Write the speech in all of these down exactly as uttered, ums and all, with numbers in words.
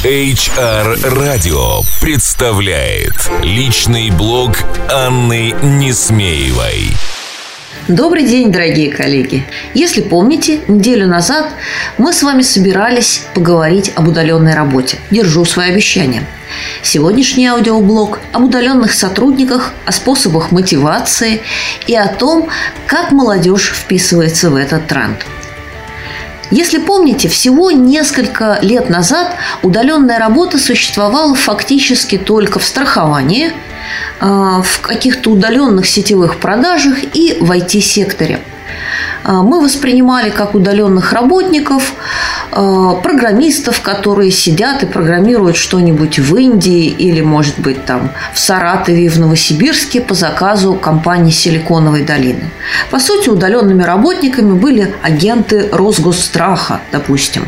эйч ар Радио представляет личный блог Анны Несмеевой. Добрый день, дорогие коллеги! Если помните, неделю назад мы с вами собирались поговорить об удаленной работе. Держу свои обещания. Сегодняшний аудиоблог об удаленных сотрудниках, о способах мотивации и о том, как молодежь вписывается в этот тренд. Если помните, всего несколько лет назад удаленная работа существовала фактически только в страховании, в каких-то удаленных сетевых продажах и в ай ти-секторе. Мы воспринимали как удаленных работников, программистов, которые сидят и программируют что-нибудь в Индии или, может быть, там в Саратове и в Новосибирске по заказу компании Силиконовой долины. По сути, удаленными работниками были агенты Росгосстраха, допустим,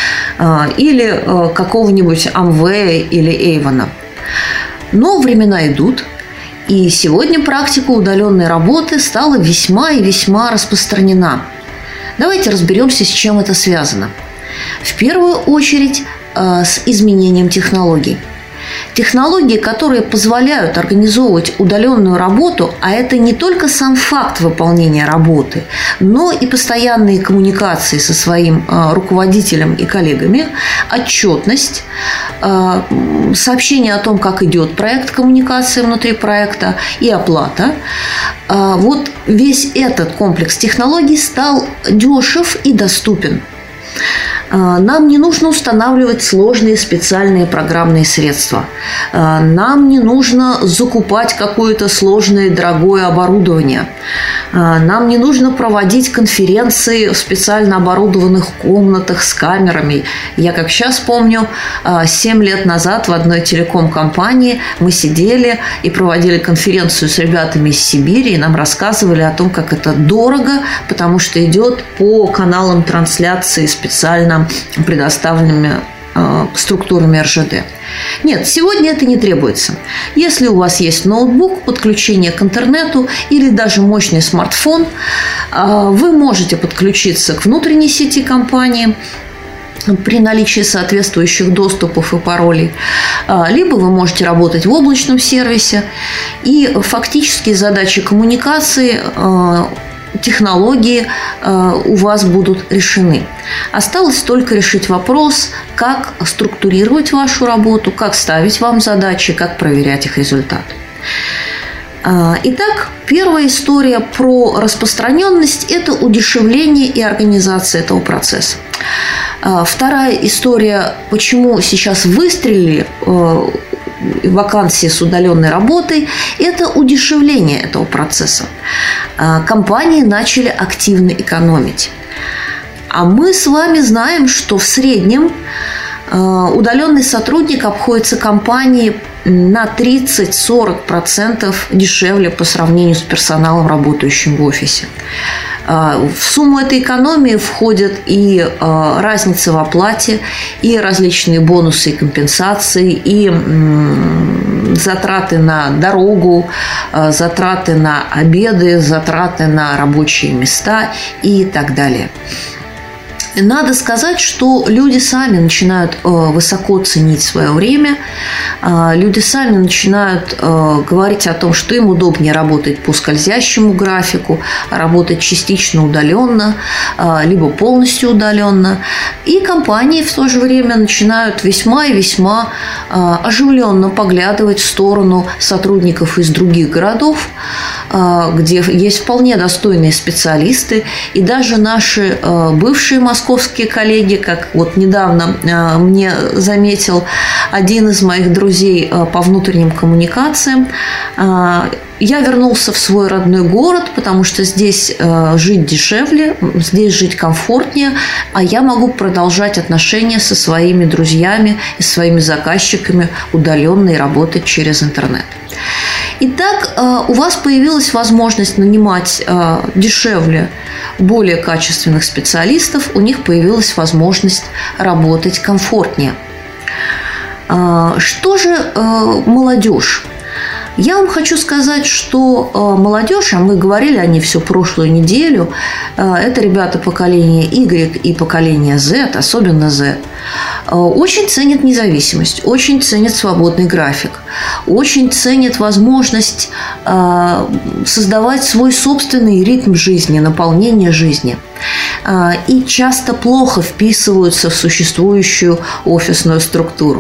или какого-нибудь Амвея или Эйвона. Но времена идут. И сегодня практика удаленной работы стала весьма и весьма распространена. Давайте разберемся, с чем это связано. В первую очередь э, с изменением технологий. Технологии, которые позволяют организовывать удаленную работу, а это не только сам факт выполнения работы, но и постоянные коммуникации со своим э, руководителем и коллегами, отчетность, э, сообщение о том, как идет проект, коммуникации внутри проекта и оплата. Э, вот весь этот комплекс технологий стал дешев и доступен. Нам не нужно устанавливать сложные специальные программные средства. Нам не нужно закупать какое-то сложное дорогое оборудование. Нам не нужно проводить конференции в специально оборудованных комнатах с камерами. Я, как сейчас помню, семь лет назад в одной телеком-компании мы сидели и проводили конференцию с ребятами из Сибири, и нам рассказывали о том, как это дорого, потому что идет по каналам трансляции специально предоставленными э, структурами эр жэ дэ. Нет, сегодня это не требуется. Если у вас есть ноутбук, подключение к интернету или даже мощный смартфон, э, вы можете подключиться к внутренней сети компании при наличии соответствующих доступов и паролей, либо вы можете работать в облачном сервисе, и фактически задачи коммуникации, технологии у вас будут решены. Осталось только решить вопрос, как структурировать вашу работу, как ставить вам задачи, как проверять их результат. Итак, первая история про распространенность – это удешевление и организация этого процесса. Вторая история, почему сейчас выстрелили вакансии с удаленной работой, это удешевление этого процесса. Компании начали активно экономить. А мы с вами знаем, что в среднем удаленный сотрудник обходится компании на тридцать-сорок процентов дешевле по сравнению с персоналом, работающим в офисе. В сумму этой экономии входят и разница в оплате, и различные бонусы и компенсации, и затраты на дорогу, затраты на обеды, затраты на рабочие места и так далее. Надо сказать, что люди сами начинают высоко ценить свое время, люди сами начинают говорить о том, что им удобнее работать по скользящему графику, работать частично удаленно, либо полностью удаленно. И компании в то же время начинают весьма и весьма оживленно поглядывать в сторону сотрудников из других городов, где есть вполне достойные специалисты, и даже наши бывшие московские коллеги, как вот недавно мне заметил один из моих друзей по внутренним коммуникациям, я вернулся в свой родной город, потому что здесь жить дешевле, здесь жить комфортнее, а я могу продолжать отношения со своими друзьями и своими заказчиками удаленно и работать через интернет. Итак, у вас появилась возможность нанимать дешевле более качественных специалистов, у них появилась возможность работать комфортнее. Что же молодежь? Я вам хочу сказать, что молодежь, а мы говорили о ней всю прошлую неделю, это ребята поколения Y и поколения Z, особенно Z, очень ценят независимость, очень ценят свободный график, очень ценят возможность создавать свой собственный ритм жизни, наполнение жизни. И часто плохо вписываются в существующую офисную структуру.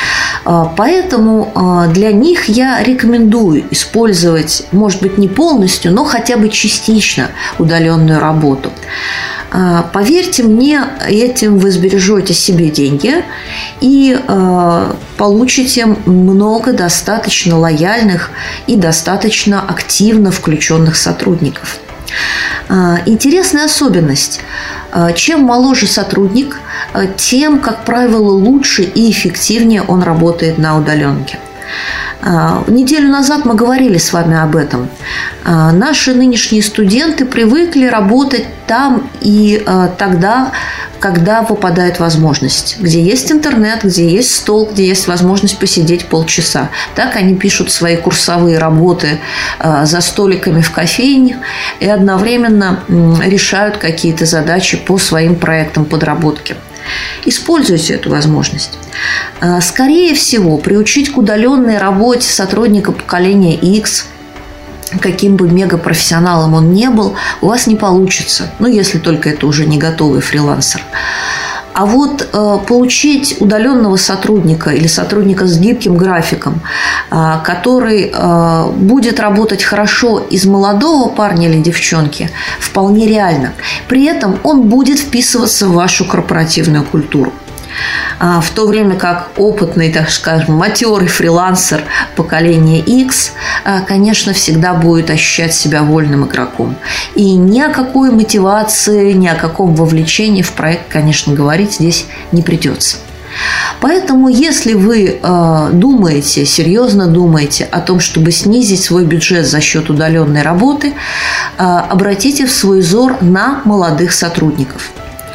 Поэтому для них я рекомендую использовать, может быть, не полностью, но хотя бы частично удаленную работу. Поверьте мне, этим вы сбережете себе деньги и получите много достаточно лояльных и достаточно активно включенных сотрудников. Интересная особенность. Чем моложе сотрудник, тем, как правило, лучше и эффективнее он работает на удаленке. Неделю назад мы говорили с вами об этом. Наши нынешние студенты привыкли работать там и тогда, когда выпадает возможность. Где есть интернет, где есть стол, где есть возможность посидеть полчаса. Так они пишут свои курсовые работы за столиками в кофейне и одновременно решают какие-то задачи по своим проектам подработки. Используйте эту возможность. Скорее всего, приучить к удаленной работе сотрудника поколения X, каким бы мегапрофессионалом он не был, у вас не получится. Ну, если только это уже не готовый фрилансер. А вот э, получить удаленного сотрудника или сотрудника с гибким графиком, э, который э, будет работать хорошо из молодого парня или девчонки, вполне реально. При этом он будет вписываться в вашу корпоративную культуру. В то время как опытный, так скажем, матерый фрилансер поколения X, конечно, всегда будет ощущать себя вольным игроком. И ни о какой мотивации, ни о каком вовлечении в проект, конечно, говорить здесь не придется. Поэтому, если вы э, думаете, серьезно думаете о том, чтобы снизить свой бюджет за счет удаленной работы, э, обратите в свой взор на молодых сотрудников.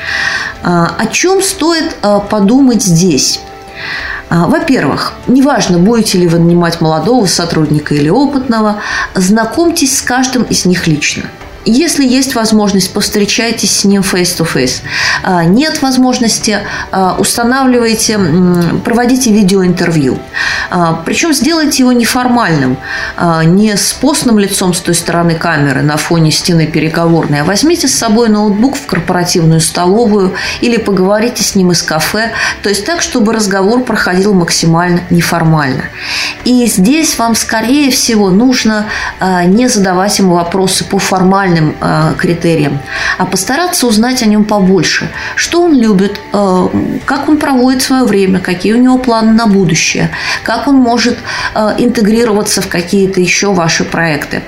О чем стоит подумать здесь? Во-первых, неважно, будете ли вы нанимать молодого сотрудника или опытного, знакомьтесь с каждым из них лично. Если есть возможность, повстречайтесь с ним face-to-face. Нет возможности, устанавливайте, проводите видеоинтервью. Причем сделайте его неформальным, не с постным лицом с той стороны камеры на фоне стены переговорной, а возьмите с собой ноутбук в корпоративную столовую или поговорите с ним из кафе, то есть так, чтобы разговор проходил максимально неформально. И здесь вам, скорее всего, нужно не задавать ему вопросы по формальным критериям, а постараться узнать о нем побольше. Что он любит, как он проводит свое время, какие у него планы на будущее, как он может интегрироваться в какие-то еще ваши проекты.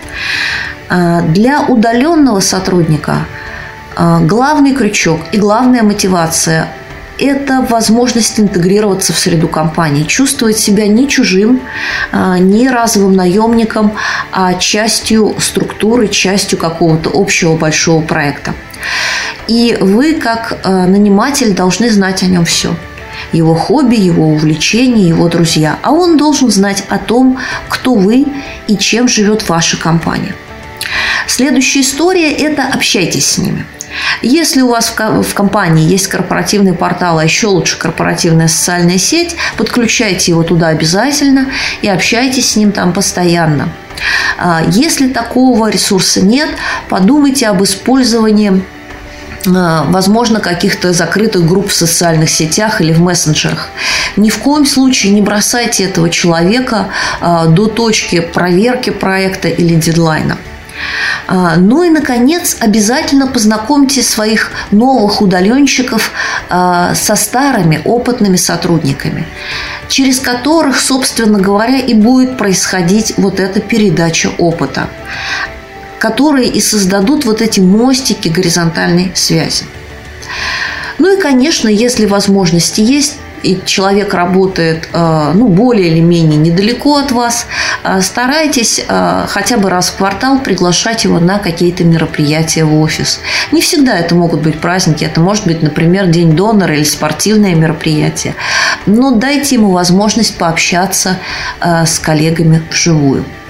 Для удаленного сотрудника главный крючок и главная мотивация – это возможность интегрироваться в среду компании, чувствовать себя не чужим, не разовым наемником, а частью структуры, частью какого-то общего большого проекта. И вы, как наниматель, должны знать о нем все. Его хобби, его увлечения, его друзья. А он должен знать о том, кто вы и чем живет ваша компания. Следующая история – это общайтесь с ними. Если у вас в компании есть корпоративный портал, а еще лучше корпоративная социальная сеть, подключайте его туда обязательно и общайтесь с ним там постоянно. Если такого ресурса нет, подумайте об использовании, возможно, каких-то закрытых групп в социальных сетях или в мессенджерах. Ни в коем случае не бросайте этого человека до точки проверки проекта или дедлайна. Ну и, наконец, обязательно познакомьте своих новых удаленщиков со старыми опытными сотрудниками, через которых, собственно говоря, и будет происходить вот эта передача опыта, которые и создадут вот эти мостики горизонтальной связи. Ну и, конечно, если возможности есть, и человек работает ну, более или менее недалеко от вас, старайтесь хотя бы раз в квартал приглашать его на какие-то мероприятия в офис. Не всегда это могут быть праздники, это может быть, например, День донора или спортивное мероприятие. Но дайте ему возможность пообщаться с коллегами вживую.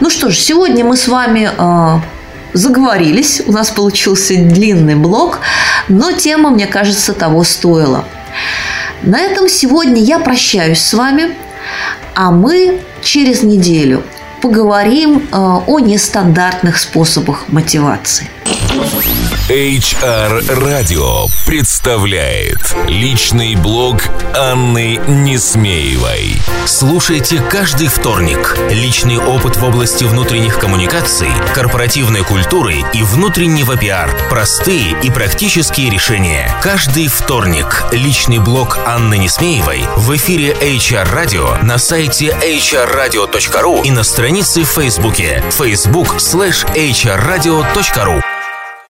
Ну что ж, сегодня мы с вами э, заговорились. У нас получился длинный блог, но тема, мне кажется, того стоила. На этом сегодня я прощаюсь с вами, а мы через неделю поговорим э, о нестандартных способах мотивации. эйч ар Радио представляет личный блог Анны Несмеевой. Слушайте каждый вторник. Личный опыт в области внутренних коммуникаций, корпоративной культуры и внутреннего пиар. Простые и практические решения. Каждый вторник. Личный блог Анны Несмеевой в эфире эйч ар Радио, на сайте эйч ар радио точка ру и на странице в Фейсбуке facebook слэш эйч ар радио точка ру.